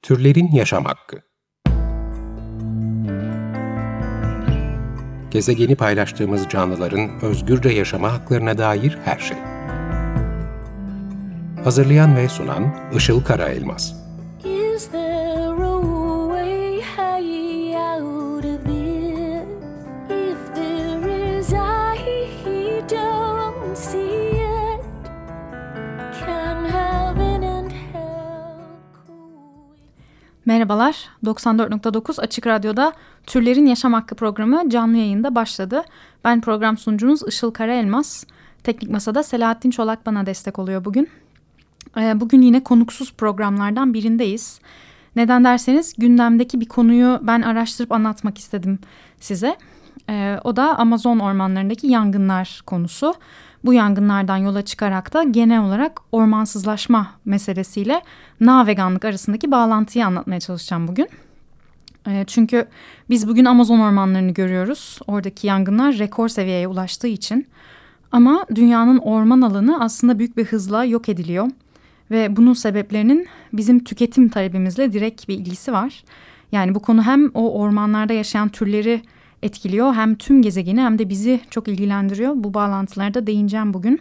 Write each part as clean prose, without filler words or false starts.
Türlerin yaşam hakkı. Gezegeni paylaştığımız canlıların özgürce yaşama haklarına dair her şey. Hazırlayan ve sunan Işıl Karaelmaz. Merhabalar, 94.9 Açık Radyo'da Türlerin Yaşam Hakkı programı canlı yayında başladı. Ben program sunucunuz Işıl Karaelmaz. Teknik Masa'da Selahattin Çolak bana destek oluyor bugün. Bugün yine konuksuz programlardan birindeyiz. Neden derseniz gündemdeki bir konuyu ben araştırıp anlatmak istedim size. O da Amazon ormanlarındaki yangınlar konusu. Bu yangınlardan yola çıkarak da genel olarak ormansızlaşma meselesiyle veganlık arasındaki bağlantıyı anlatmaya çalışacağım bugün. Çünkü biz bugün Amazon ormanlarını görüyoruz. Oradaki yangınlar rekor seviyeye ulaştığı için. Ama dünyanın orman alanı aslında büyük bir hızla yok ediliyor. Ve bunun sebeplerinin bizim tüketim talebimizle direkt bir ilgisi var. Yani bu konu hem o ormanlarda yaşayan türleri etkiliyor, hem tüm gezegeni hem de bizi çok ilgilendiriyor. Bu bağlantılara da değineceğim bugün.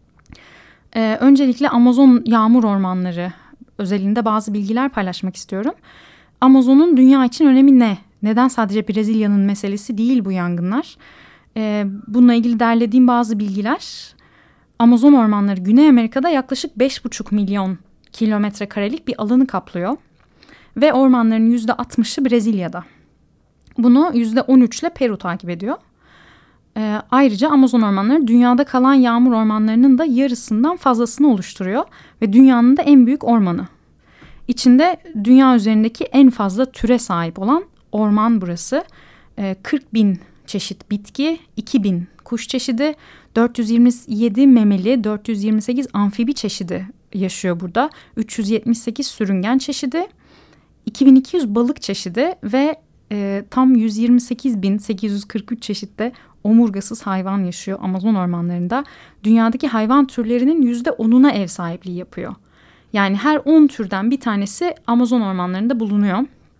Öncelikle Amazon yağmur ormanları özelinde bazı bilgiler paylaşmak istiyorum. Amazon'un dünya için önemi ne? Neden sadece Brezilya'nın meselesi değil bu yangınlar? Bununla ilgili derlediğim bazı bilgiler. Amazon ormanları Güney Amerika'da yaklaşık 5,5 milyon kilometre karelik bir alanı kaplıyor. Ve ormanların %60'ı Brezilya'da. Bunu %13 ile Peru takip ediyor. Ayrıca Amazon ormanları dünyada kalan yağmur ormanlarının da yarısından fazlasını oluşturuyor. Ve dünyanın da en büyük ormanı. İçinde dünya üzerindeki en fazla türe sahip olan orman burası. 40 bin çeşit bitki, 2 bin kuş çeşidi, 427 memeli, 428 amfibi çeşidi yaşıyor burada. 378 sürüngen çeşidi, 2200 balık çeşidi ve tam 128.843 çeşitte omurgasız hayvan yaşıyor Amazon ormanlarında. Dünyadaki hayvan türlerinin %10'una ev sahipliği yapıyor. Yani her 10 türden bir tanesi Amazon ormanlarında bulunuyor.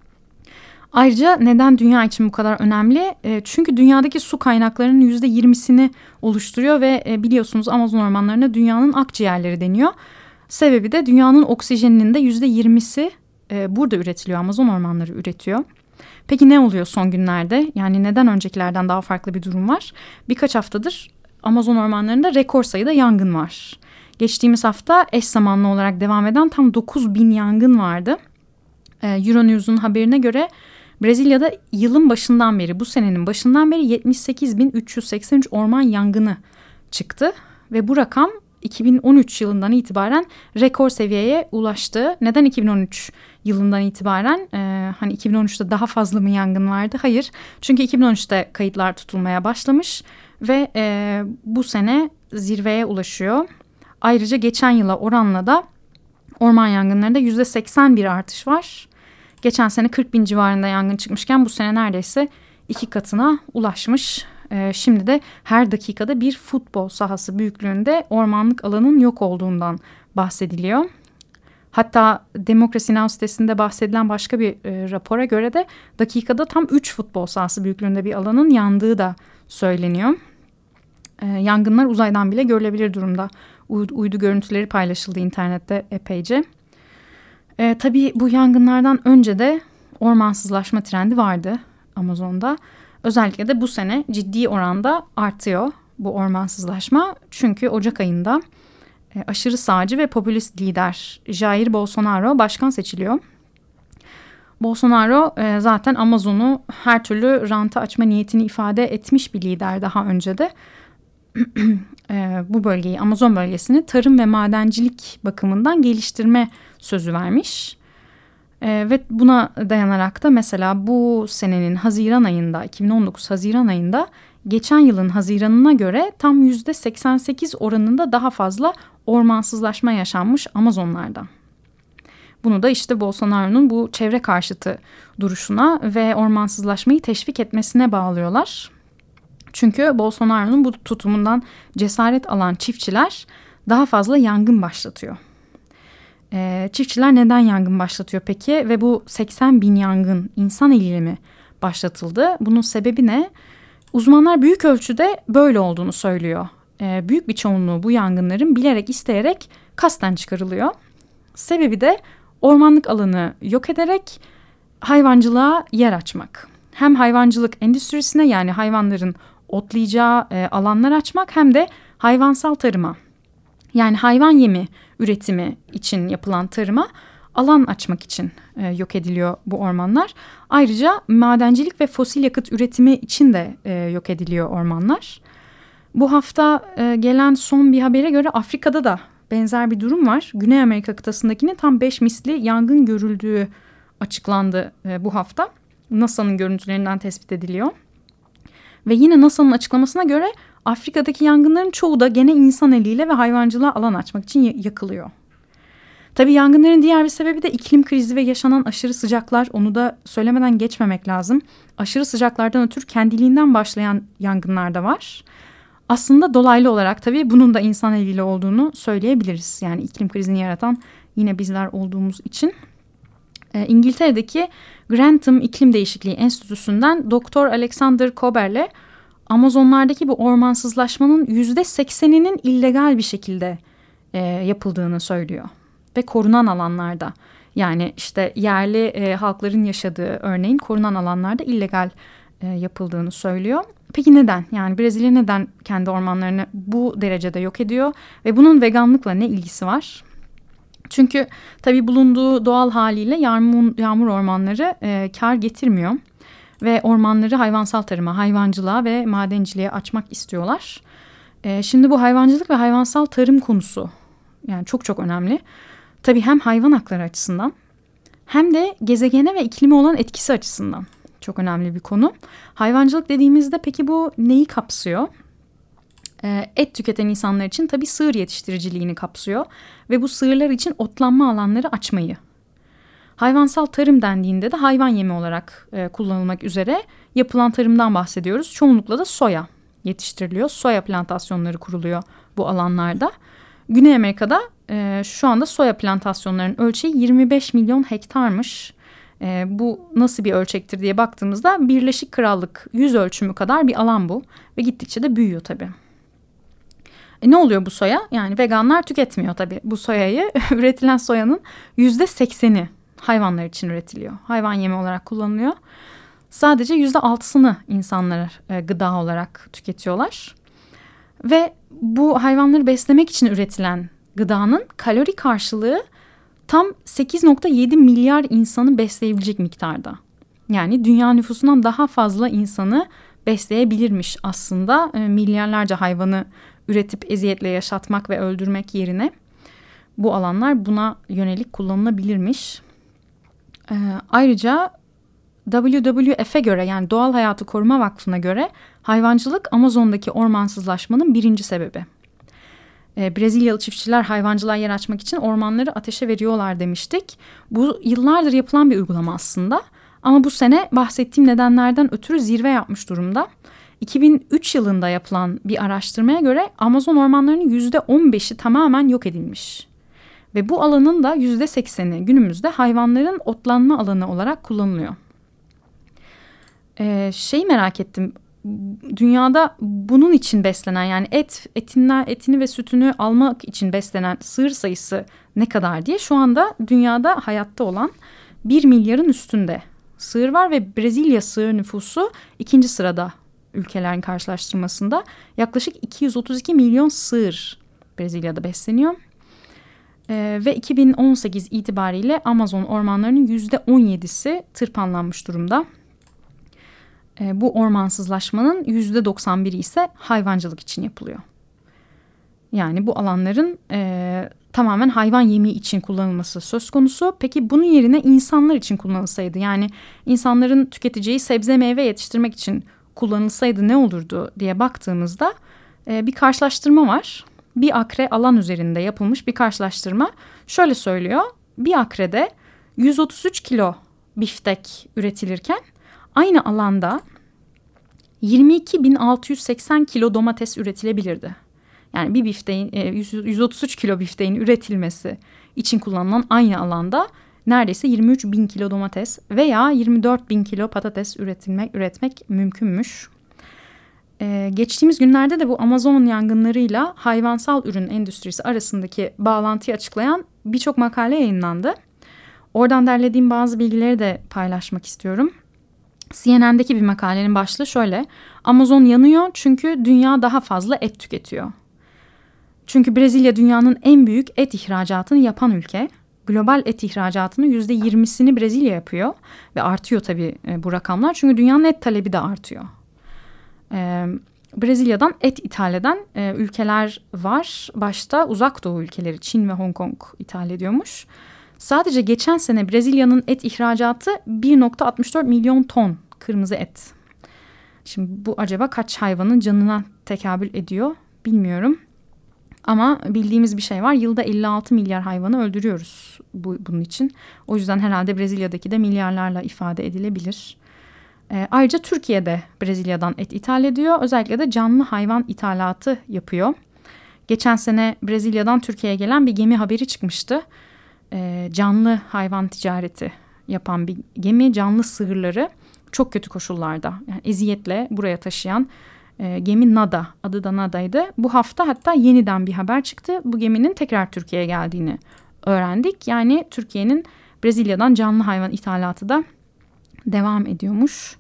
Ayrıca neden dünya için bu kadar önemli? Çünkü dünyadaki su kaynaklarının %20'sini oluşturuyor ve biliyorsunuz Amazon ormanlarına dünyanın akciğerleri deniyor. Sebebi de dünyanın oksijeninin de %20'si burada üretiliyor. Amazon ormanları üretiyor. Peki ne oluyor son günlerde? Yani neden öncekilerden daha farklı bir durum var? Birkaç haftadır Amazon ormanlarında rekor sayıda yangın var. Geçtiğimiz hafta eş zamanlı olarak devam eden tam 9.000 yangın vardı. Euronews'un haberine göre Brezilya'da yılın başından beri, bu senenin başından beri 78.383 orman yangını çıktı. Ve bu rakam 2013 yılından itibaren rekor seviyeye ulaştı. Neden 2013 yılından itibaren? Hani 2013'te daha fazla mı yangın vardı? Hayır. Çünkü 2013'te kayıtlar tutulmaya başlamış ve bu sene zirveye ulaşıyor. Ayrıca geçen yıla oranla da orman yangınlarında %80 bir artış var. Geçen sene 40 bin civarında yangın çıkmışken bu sene neredeyse 2 katına ulaşmış. Şimdi de her dakikada bir futbol sahası büyüklüğünde ormanlık alanın yok olduğundan bahsediliyor. Hatta Democracy Now! Sitesinde bahsedilen başka bir rapora göre de dakikada tam 3 futbol sahası büyüklüğünde bir alanın yandığı da söyleniyor. Yangınlar uzaydan bile görülebilir durumda. Uydu görüntüleri paylaşıldı internette epeyce. Tabii bu yangınlardan önce de ormansızlaşma trendi vardı Amazon'da. Özellikle de bu sene ciddi oranda artıyor bu ormansızlaşma. Çünkü Ocak ayında aşırı sağcı ve popülist lider Jair Bolsonaro başkan seçiliyor. Bolsonaro zaten Amazon'u her türlü ranta açma niyetini ifade etmiş bir lider daha önce de. Bu bölgeyi, Amazon bölgesini tarım ve madencilik bakımından geliştirme sözü vermiş. Ve buna dayanarak da mesela bu senenin Haziran ayında, 2019 Haziran ayında geçen yılın Haziran'ına göre tam %88 oranında daha fazla ormansızlaşma yaşanmış Amazonlarda. Bunu da işte Bolsonaro'nun bu çevre karşıtı duruşuna ve ormansızlaşmayı teşvik etmesine bağlıyorlar. Çünkü Bolsonaro'nun bu tutumundan cesaret alan çiftçiler daha fazla yangın başlatıyor. Çiftçiler neden yangın başlatıyor peki? Ve bu 80 bin yangın insan eliyle mi başlatıldı? Bunun sebebi ne? Uzmanlar büyük ölçüde böyle olduğunu söylüyor. Büyük bir çoğunluğu bu yangınların bilerek isteyerek kasten çıkarılıyor. Sebebi de ormanlık alanı yok ederek hayvancılığa yer açmak. Hem hayvancılık endüstrisine, yani hayvanların otlayacağı alanlar açmak, hem de hayvansal tarıma, yani hayvan yemi üretimi için yapılan tarıma alan açmak için yok ediliyor bu ormanlar. Ayrıca madencilik ve fosil yakıt üretimi için de yok ediliyor ormanlar. Bu hafta gelen son bir habere göre Afrika'da da benzer bir durum var. Güney Amerika kıtasındakinin tam 5 misli yangın görüldüğü açıklandı bu hafta. NASA'nın görüntülerinden tespit ediliyor. Ve yine NASA'nın açıklamasına göre Afrika'daki yangınların çoğu da gene insan eliyle ve hayvancılığa alan açmak için yakılıyor. Tabii yangınların diğer bir sebebi de iklim krizi ve yaşanan aşırı sıcaklar. Onu da söylemeden geçmemek lazım. Aşırı sıcaklardan ötürü kendiliğinden başlayan yangınlar da var. Aslında dolaylı olarak tabii bunun da insan eliyle olduğunu söyleyebiliriz. Yani iklim krizini yaratan yine bizler olduğumuz için. İngiltere'deki Grantham İklim Değişikliği Enstitüsü'nden Doktor Alexander Kober'le Amazonlardaki bu ormansızlaşmanın %80'inin illegal bir şekilde yapıldığını söylüyor. Ve korunan alanlarda, yani işte yerli halkların yaşadığı örneğin korunan alanlarda illegal yapıldığını söylüyor. Peki neden? Yani Brezilya neden kendi ormanlarını bu derecede yok ediyor ve bunun veganlıkla ne ilgisi var? Çünkü tabii bulunduğu doğal haliyle yağmur ormanları kar getirmiyor ve ormanları hayvansal tarıma, hayvancılığa ve madenciliğe açmak istiyorlar. Şimdi bu hayvancılık ve hayvansal tarım konusu yani çok çok önemli. Tabii hem hayvan hakları açısından hem de gezegene ve iklime olan etkisi açısından çok önemli bir konu. Hayvancılık dediğimizde peki bu neyi kapsıyor? Et tüketen insanlar için tabii sığır yetiştiriciliğini kapsıyor ve bu sığırlar için otlanma alanları açmayı. Hayvansal tarım dendiğinde de hayvan yemi olarak kullanılmak üzere yapılan tarımdan bahsediyoruz. Çoğunlukla da soya yetiştiriliyor. Soya plantasyonları kuruluyor bu alanlarda. Güney Amerika'da şu anda soya plantasyonlarının ölçeği 25 milyon hektarmış. Bu nasıl bir ölçektir diye baktığımızda Birleşik Krallık yüz ölçümü kadar bir alan bu ve gittikçe de büyüyor tabii. Ne oluyor bu soya? Yani veganlar tüketmiyor tabii bu soyayı. Üretilen soyanın %80'i hayvanlar için üretiliyor. Hayvan yemi olarak kullanılıyor. Sadece %6'sını insanlar gıda olarak tüketiyorlar. Ve bu hayvanları beslemek için üretilen gıdanın kalori karşılığı tam 8,7 milyar insanı besleyebilecek miktarda. Yani dünya nüfusundan daha fazla insanı besleyebilirmiş aslında. Milyarlarca hayvanı üretip eziyetle yaşatmak ve öldürmek yerine bu alanlar buna yönelik kullanılabilirmiş. Ayrıca WWF'e göre, yani Doğal Hayatı Koruma Vakfı'na göre hayvancılık Amazon'daki ormansızlaşmanın birinci sebebi. Brezilyalı çiftçiler hayvancılığa yer açmak için ormanları ateşe veriyorlar demiştik. Bu yıllardır yapılan bir uygulama aslında. Ama bu sene bahsettiğim nedenlerden ötürü zirve yapmış durumda. 2003 yılında yapılan bir araştırmaya göre Amazon ormanlarının %15'i tamamen yok edilmiş. Ve bu alanın da %80'i günümüzde hayvanların otlanma alanı olarak kullanılıyor. Merak ettim. Dünyada bunun için beslenen, yani etini ve sütünü almak için beslenen sığır sayısı ne kadar diye. Şu anda dünyada hayatta olan 1 milyarın üstünde sığır var ve Brezilya sığır nüfusu 2. sırada ülkelerin karşılaştırmasında. Yaklaşık 232 milyon sığır Brezilya'da besleniyor. Ve 2018 itibariyle Amazon ormanlarının %17'si tırpanlanmış durumda. Bu ormansızlaşmanın %91'i ise hayvancılık için yapılıyor. Yani bu alanların tamamen hayvan yemi için kullanılması söz konusu. Peki bunun yerine insanlar için kullanılsaydı, yani insanların tüketeceği sebze meyve yetiştirmek için kullanılsaydı ne olurdu diye baktığımızda bir karşılaştırma var. Bir akre alan üzerinde yapılmış bir karşılaştırma şöyle söylüyor. Bir akrede 133 kilo biftek üretilirken aynı alanda 22.680 kilo domates üretilebilirdi. Yani bir bifteğin 133 kilo bifteğin üretilmesi için kullanılan aynı alanda neredeyse 23 bin kilo domates veya 24 bin kilo patates üretmek mümkünmüş. Geçtiğimiz günlerde de bu Amazon yangınlarıyla hayvansal ürün endüstrisi arasındaki bağlantıyı açıklayan birçok makale yayınlandı. Oradan derlediğim bazı bilgileri de paylaşmak istiyorum. CNN'deki bir makalenin başlığı şöyle: Amazon yanıyor çünkü dünya daha fazla et tüketiyor. Çünkü Brezilya dünyanın en büyük et ihracatını yapan ülke. Global et ihracatının %20'sini Brezilya yapıyor ve artıyor tabii bu rakamlar. Çünkü dünyanın et talebi de artıyor. Brezilya'dan et ithal eden ülkeler var. Başta Uzak Doğu ülkeleri, Çin ve Hong Kong ithal ediyormuş. Sadece geçen sene Brezilya'nın et ihracatı 1,64 milyon ton kırmızı et. Şimdi bu acaba kaç hayvanın canına tekabül ediyor bilmiyorum. Ama bildiğimiz bir şey var. Yılda 56 milyar hayvanı öldürüyoruz bunun için. O yüzden herhalde Brezilya'daki de milyarlarla ifade edilebilir. Ayrıca Türkiye'de Brezilya'dan et ithal ediyor. Özellikle de canlı hayvan ithalatı yapıyor. Geçen sene Brezilya'dan Türkiye'ye gelen bir gemi haberi çıkmıştı. Canlı hayvan ticareti yapan bir gemi, canlı sığırları çok kötü koşullarda, yani eziyetle buraya taşıyan gemi Nada, adı da Nada'ydı. Bu hafta hatta yeniden bir haber çıktı. Bu geminin tekrar Türkiye'ye geldiğini öğrendik. Yani Türkiye'nin Brezilya'dan canlı hayvan ithalatı da devam ediyormuş.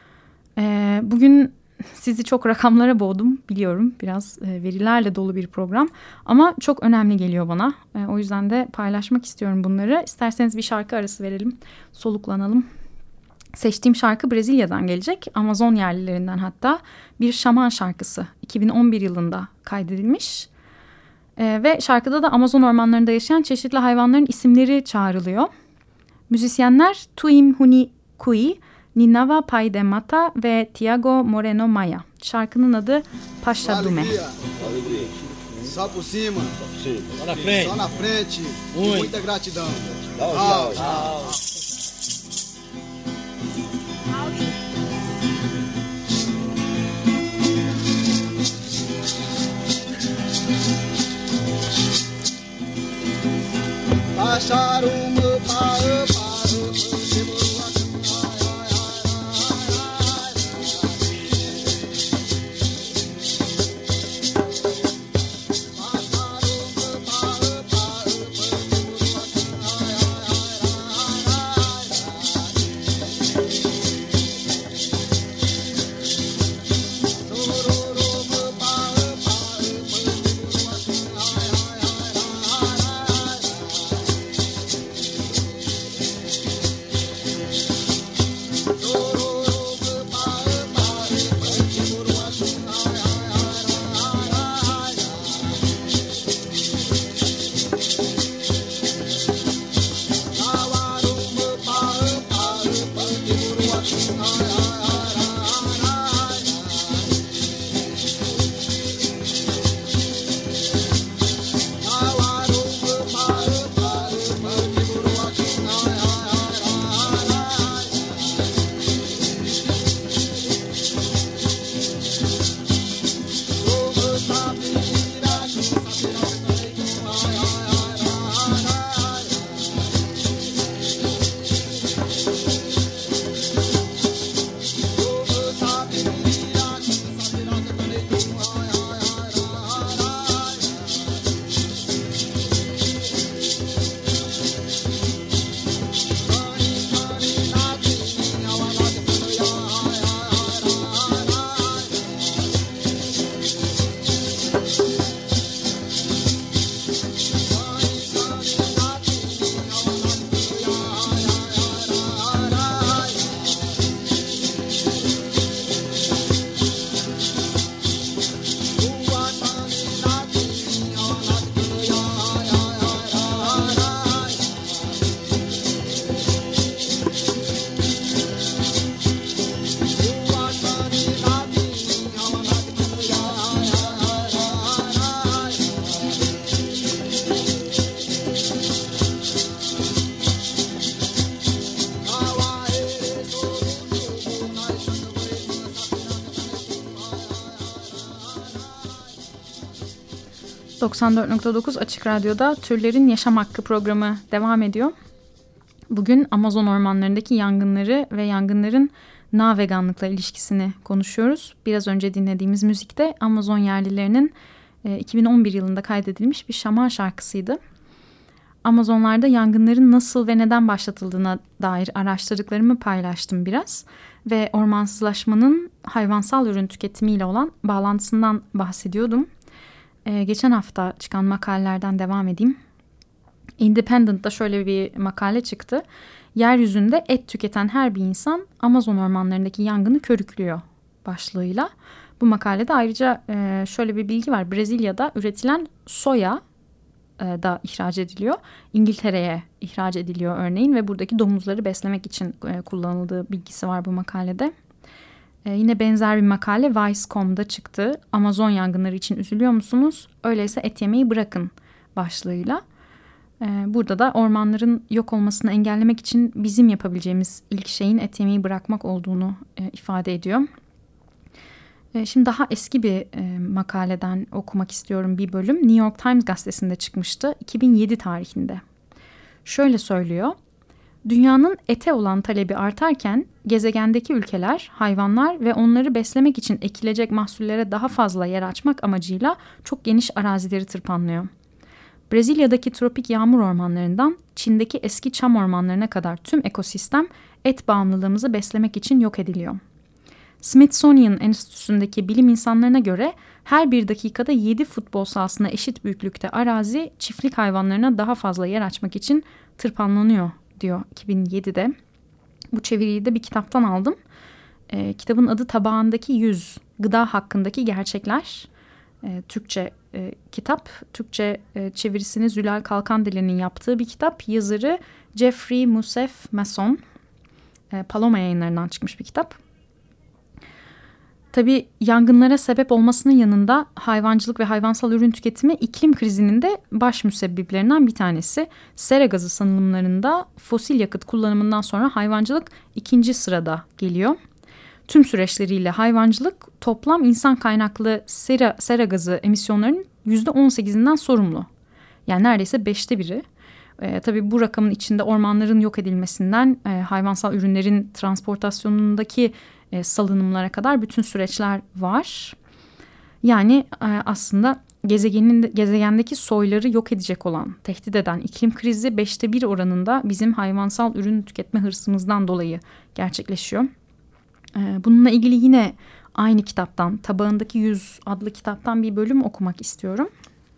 Bugün sizi çok rakamlara boğdum biliyorum. Biraz verilerle dolu bir program ama çok önemli geliyor bana. O yüzden de paylaşmak istiyorum bunları. İsterseniz bir şarkı arası verelim, soluklanalım. Seçtiğim şarkı Brezilya'dan gelecek. Amazon yerlilerinden hatta bir şaman şarkısı. 2011 yılında kaydedilmiş. Ve şarkıda da Amazon ormanlarında yaşayan çeşitli hayvanların isimleri çağrılıyor. Müzisyenler Tuim Huni Kui, Ninava Paide Mata ve Tiago Moreno Maya. Şarkının adı Pacha Dume. Só por cima. Só na frente. Só na frente. Muita gratidão. Tchau. Acharumu paru paru 94.9 Açık Radyo'da Türlerin Yaşam Hakkı programı devam ediyor. Bugün Amazon ormanlarındaki yangınları ve yangınların na-veganlıkla ilişkisini konuşuyoruz. Biraz önce dinlediğimiz müzik de Amazon yerlilerinin 2011 yılında kaydedilmiş bir şaman şarkısıydı. Amazonlarda yangınların nasıl ve neden başlatıldığına dair araştırdıklarımı paylaştım biraz. Ve ormansızlaşmanın hayvansal ürün tüketimiyle olan bağlantısından bahsediyordum. Geçen hafta çıkan makalelerden devam edeyim. Independent'ta şöyle bir makale çıktı. Yeryüzünde et tüketen her bir insan Amazon ormanlarındaki yangını körüklüyor başlığıyla. Bu makalede ayrıca şöyle bir bilgi var. Brezilya'da üretilen soya da ihraç ediliyor. İngiltere'ye ihraç ediliyor örneğin ve buradaki domuzları beslemek için kullanıldığı bilgisi var bu makalede. Yine benzer bir makale Vice.com'da çıktı. Amazon yangınları için üzülüyor musunuz? Öyleyse et yemeyi bırakın başlığıyla. Burada da ormanların yok olmasını engellemek için bizim yapabileceğimiz ilk şeyin et yemeyi bırakmak olduğunu ifade ediyor. Şimdi daha eski bir makaleden okumak istiyorum bir bölüm. New York Times gazetesinde çıkmıştı 2007 tarihinde. Şöyle söylüyor. Dünyanın ete olan talebi artarken gezegendeki ülkeler, hayvanlar ve onları beslemek için ekilecek mahsullere daha fazla yer açmak amacıyla çok geniş arazileri tırpanlıyor. Brezilya'daki tropik yağmur ormanlarından Çin'deki eski çam ormanlarına kadar tüm ekosistem et bağımlılığımızı beslemek için yok ediliyor. Smithsonian Enstitüsü'ndeki bilim insanlarına göre her bir dakikada 7 futbol sahasına eşit büyüklükte arazi çiftlik hayvanlarına daha fazla yer açmak için tırpanlanıyor diyor 2007'de. Bu çeviriyi de bir kitaptan aldım. Kitabın adı Tabağındaki 100 Gıda Hakkındaki Gerçekler. Türkçe kitap. Türkçe çevirisini Zülal Kalkandil'in yaptığı bir kitap. Yazarı Jeffrey Musef Masson. Paloma Yayınları'ndan çıkmış bir kitap. Tabii yangınlara sebep olmasının yanında hayvancılık ve hayvansal ürün tüketimi iklim krizinin de baş müsebbiplerinden bir tanesi. Sera gazı salınımlarında fosil yakıt kullanımından sonra hayvancılık ikinci sırada geliyor. Tüm süreçleriyle hayvancılık toplam insan kaynaklı sera gazı emisyonlarının %18'inden sorumlu. Yani neredeyse 5'te biri. Tabii bu rakamın içinde ormanların yok edilmesinden hayvansal ürünlerin transportasyonundaki salınımlara kadar bütün süreçler var. Yani aslında gezegendeki soyları yok edecek olan, tehdit eden iklim krizi 5'te 1 oranında bizim hayvansal ürün tüketme hırsımızdan dolayı gerçekleşiyor. Bununla ilgili yine aynı kitaptan, Tabağındaki 100 adlı kitaptan bir bölüm okumak istiyorum.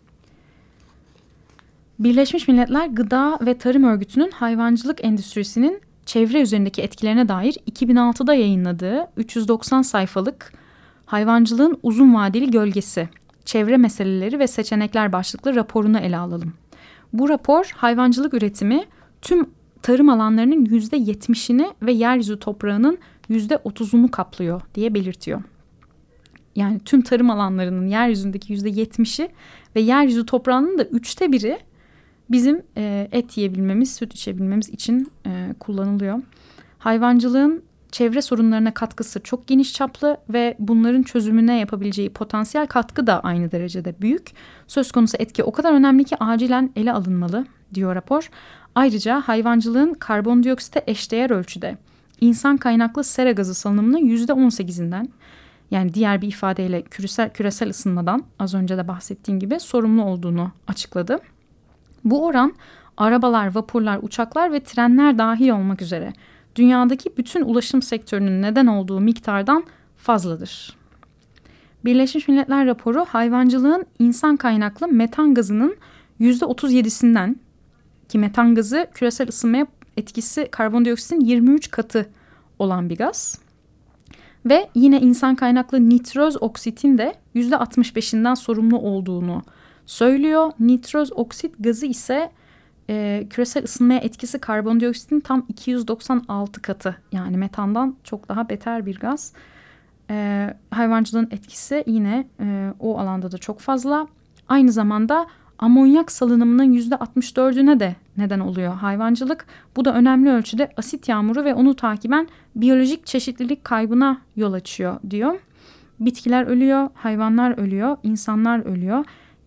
Birleşmiş Milletler Gıda ve Tarım Örgütü'nün hayvancılık endüstrisinin çevre üzerindeki etkilerine dair 2006'da yayınladığı 390 sayfalık Hayvancılığın Uzun Vadeli Gölgesi, Çevre Meseleleri ve Seçenekler başlıklı raporunu ele alalım. Bu rapor hayvancılık üretimi tüm tarım alanlarının %70'ini ve yeryüzü toprağının %30'unu kaplıyor diye belirtiyor. Yani tüm tarım alanlarının yeryüzündeki %70'i ve yeryüzü toprağının da 3'te 1'i bizim et yiyebilmemiz, süt içebilmemiz için kullanılıyor. Hayvancılığın çevre sorunlarına katkısı çok geniş çaplı ve bunların çözümüne yapabileceği potansiyel katkı da aynı derecede büyük. Söz konusu etki o kadar önemli ki acilen ele alınmalı diyor rapor. Ayrıca hayvancılığın karbondioksite eşdeğer ölçüde insan kaynaklı sera gazı salınımının %18'inden, yani diğer bir ifadeyle küresel ısınmadan az önce de bahsettiğim gibi sorumlu olduğunu açıkladı. Bu oran arabalar, vapurlar, uçaklar ve trenler dahil olmak üzere dünyadaki bütün ulaşım sektörünün neden olduğu miktardan fazladır. Birleşmiş Milletler raporu hayvancılığın insan kaynaklı metan gazının %37'sinden, ki metan gazı küresel ısınmaya etkisi karbondioksitin 23 katı olan bir gaz. Ve yine insan kaynaklı nitroz oksitin de %65'inden sorumlu olduğunu söylüyor. Nitroz oksit gazı ise küresel ısınmaya etkisi karbondioksitin tam 296 katı. Yani metandan çok daha beter bir gaz. Hayvancılığın etkisi yine o alanda da çok fazla. Aynı zamanda amonyak salınımının %64'üne de neden oluyor hayvancılık. Bu da önemli ölçüde asit yağmuru ve onu takiben biyolojik çeşitlilik kaybına yol açıyor diyor. Bitkiler ölüyor, hayvanlar ölüyor, insanlar ölüyor.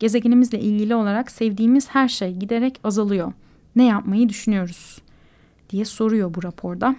gezegenimizle ilgili olarak sevdiğimiz her şey giderek azalıyor. Ne yapmayı düşünüyoruz diye soruyor bu raporda.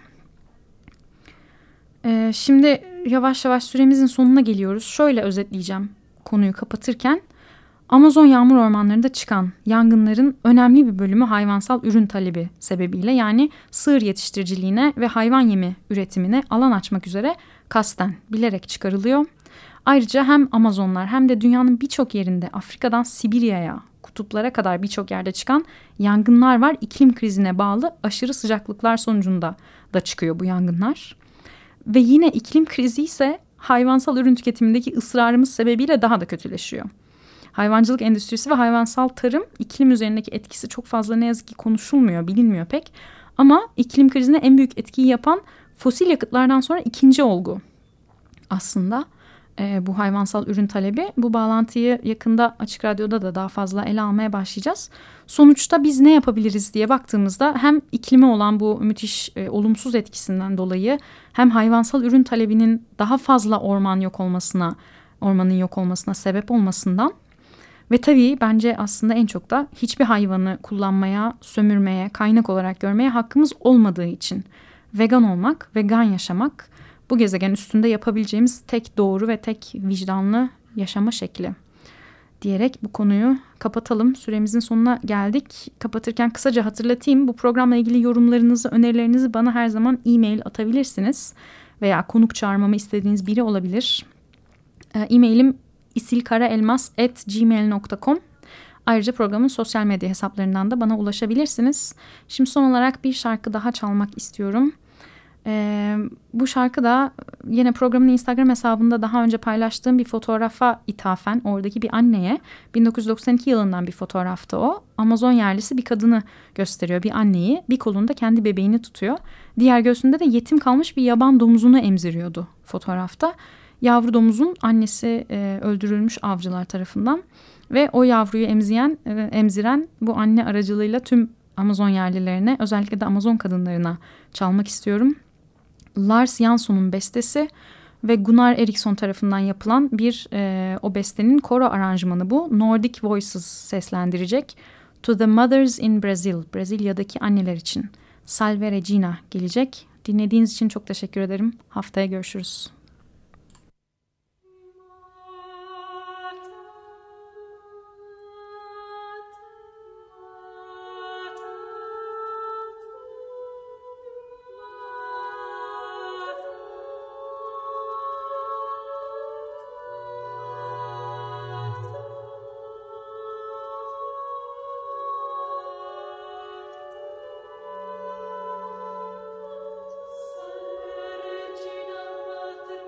Şimdi yavaş yavaş süremizin sonuna geliyoruz. Şöyle özetleyeceğim konuyu kapatırken. Amazon yağmur ormanlarında çıkan yangınların önemli bir bölümü hayvansal ürün talebi sebebiyle, yani sığır yetiştiriciliğine ve hayvan yemi üretimine alan açmak üzere kasten bilerek çıkarılıyor. Ayrıca hem Amazonlar hem de dünyanın birçok yerinde, Afrika'dan Sibirya'ya, kutuplara kadar birçok yerde çıkan yangınlar var. İklim krizine bağlı aşırı sıcaklıklar sonucunda da çıkıyor bu yangınlar. Ve yine iklim krizi ise hayvansal ürün tüketimindeki ısrarımız sebebiyle daha da kötüleşiyor. Hayvancılık endüstrisi ve hayvansal tarım iklim üzerindeki etkisi çok fazla ne yazık ki konuşulmuyor, bilinmiyor pek. Ama iklim krizine en büyük etkiyi yapan fosil yakıtlardan sonra ikinci olgu aslında bu hayvansal ürün talebi. Bu bağlantıyı yakında Açık Radyo'da da daha fazla ele almaya başlayacağız. Sonuçta biz ne yapabiliriz diye baktığımızda hem iklime olan bu müthiş olumsuz etkisinden dolayı hem hayvansal ürün talebinin daha fazla ormanın yok olmasına sebep olmasından ve tabii bence aslında en çok da hiçbir hayvanı kullanmaya, sömürmeye, kaynak olarak görmeye hakkımız olmadığı için vegan olmak, vegan yaşamak bu gezegen üstünde yapabileceğimiz tek doğru ve tek vicdanlı yaşama şekli diyerek bu konuyu kapatalım. Süremizin sonuna geldik. Kapatırken kısaca hatırlatayım. Bu programla ilgili yorumlarınızı, önerilerinizi bana her zaman e-mail atabilirsiniz. Veya konuk çağırmamı istediğiniz biri olabilir. E-mailim isilkaraelmas@gmail.com. Ayrıca programın sosyal medya hesaplarından da bana ulaşabilirsiniz. Şimdi son olarak bir şarkı daha çalmak istiyorum. Bu şarkı da yine programın Instagram hesabında daha önce paylaştığım bir fotoğrafa ithafen, oradaki bir anneye, 1992 yılından bir fotoğraftı o. Amazon yerlisi bir kadını gösteriyor, bir anneyi. Bir kolunda kendi bebeğini tutuyor. Diğer göğsünde de yetim kalmış bir yaban domuzunu emziriyordu fotoğrafta. Yavru domuzun annesi öldürülmüş avcılar tarafından ve o yavruyu emziren bu anne aracılığıyla tüm Amazon yerlilerine, özellikle de Amazon kadınlarına çalmak istiyorum. Lars Jansson'un bestesi ve Gunnar Eriksson tarafından yapılan o bestenin koro aranjmanı bu. Nordic Voices seslendirecek. To the Mothers in Brazil, Brezilya'daki anneler için. Salve Regina gelecek. Dinlediğiniz için çok teşekkür ederim. Haftaya görüşürüz. Regina, Mater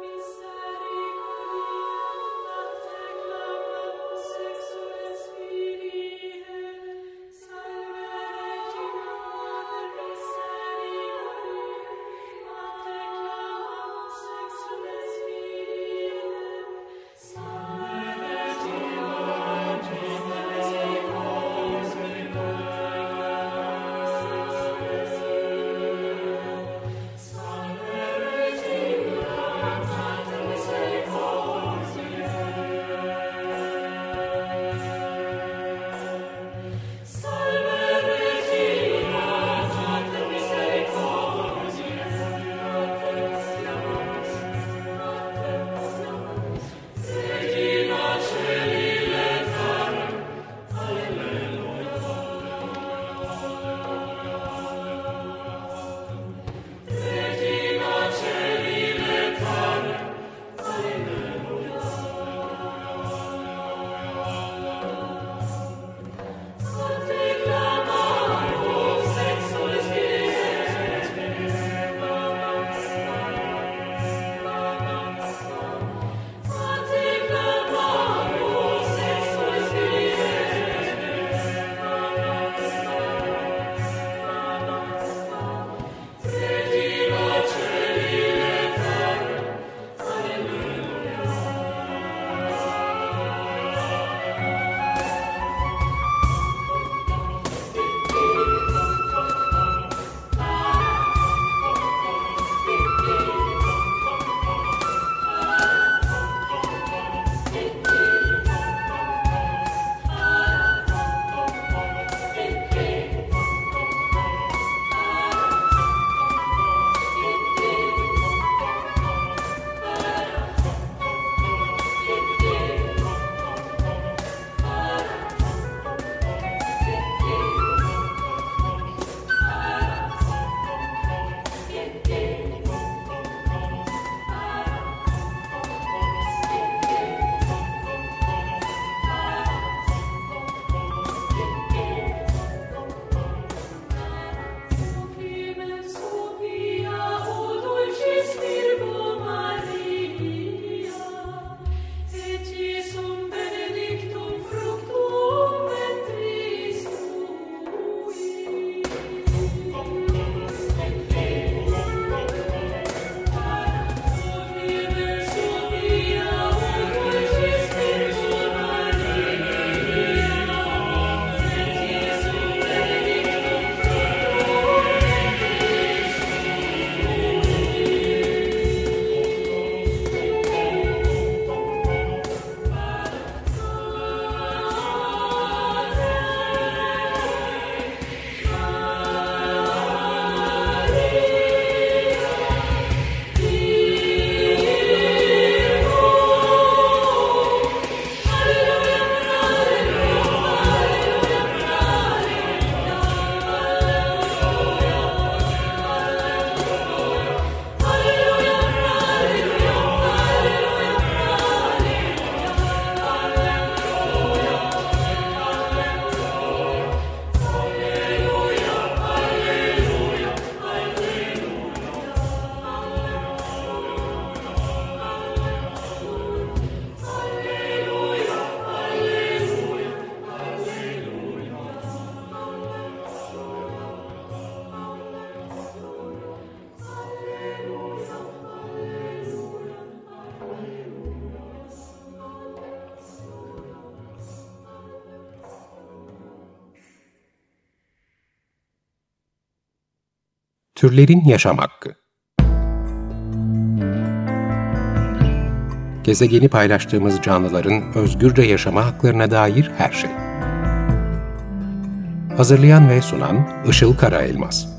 Türlerin yaşam hakkı. Gezegeni paylaştığımız canlıların özgürce yaşama haklarına dair her şey. Hazırlayan ve sunan Işıl Karaelmaz.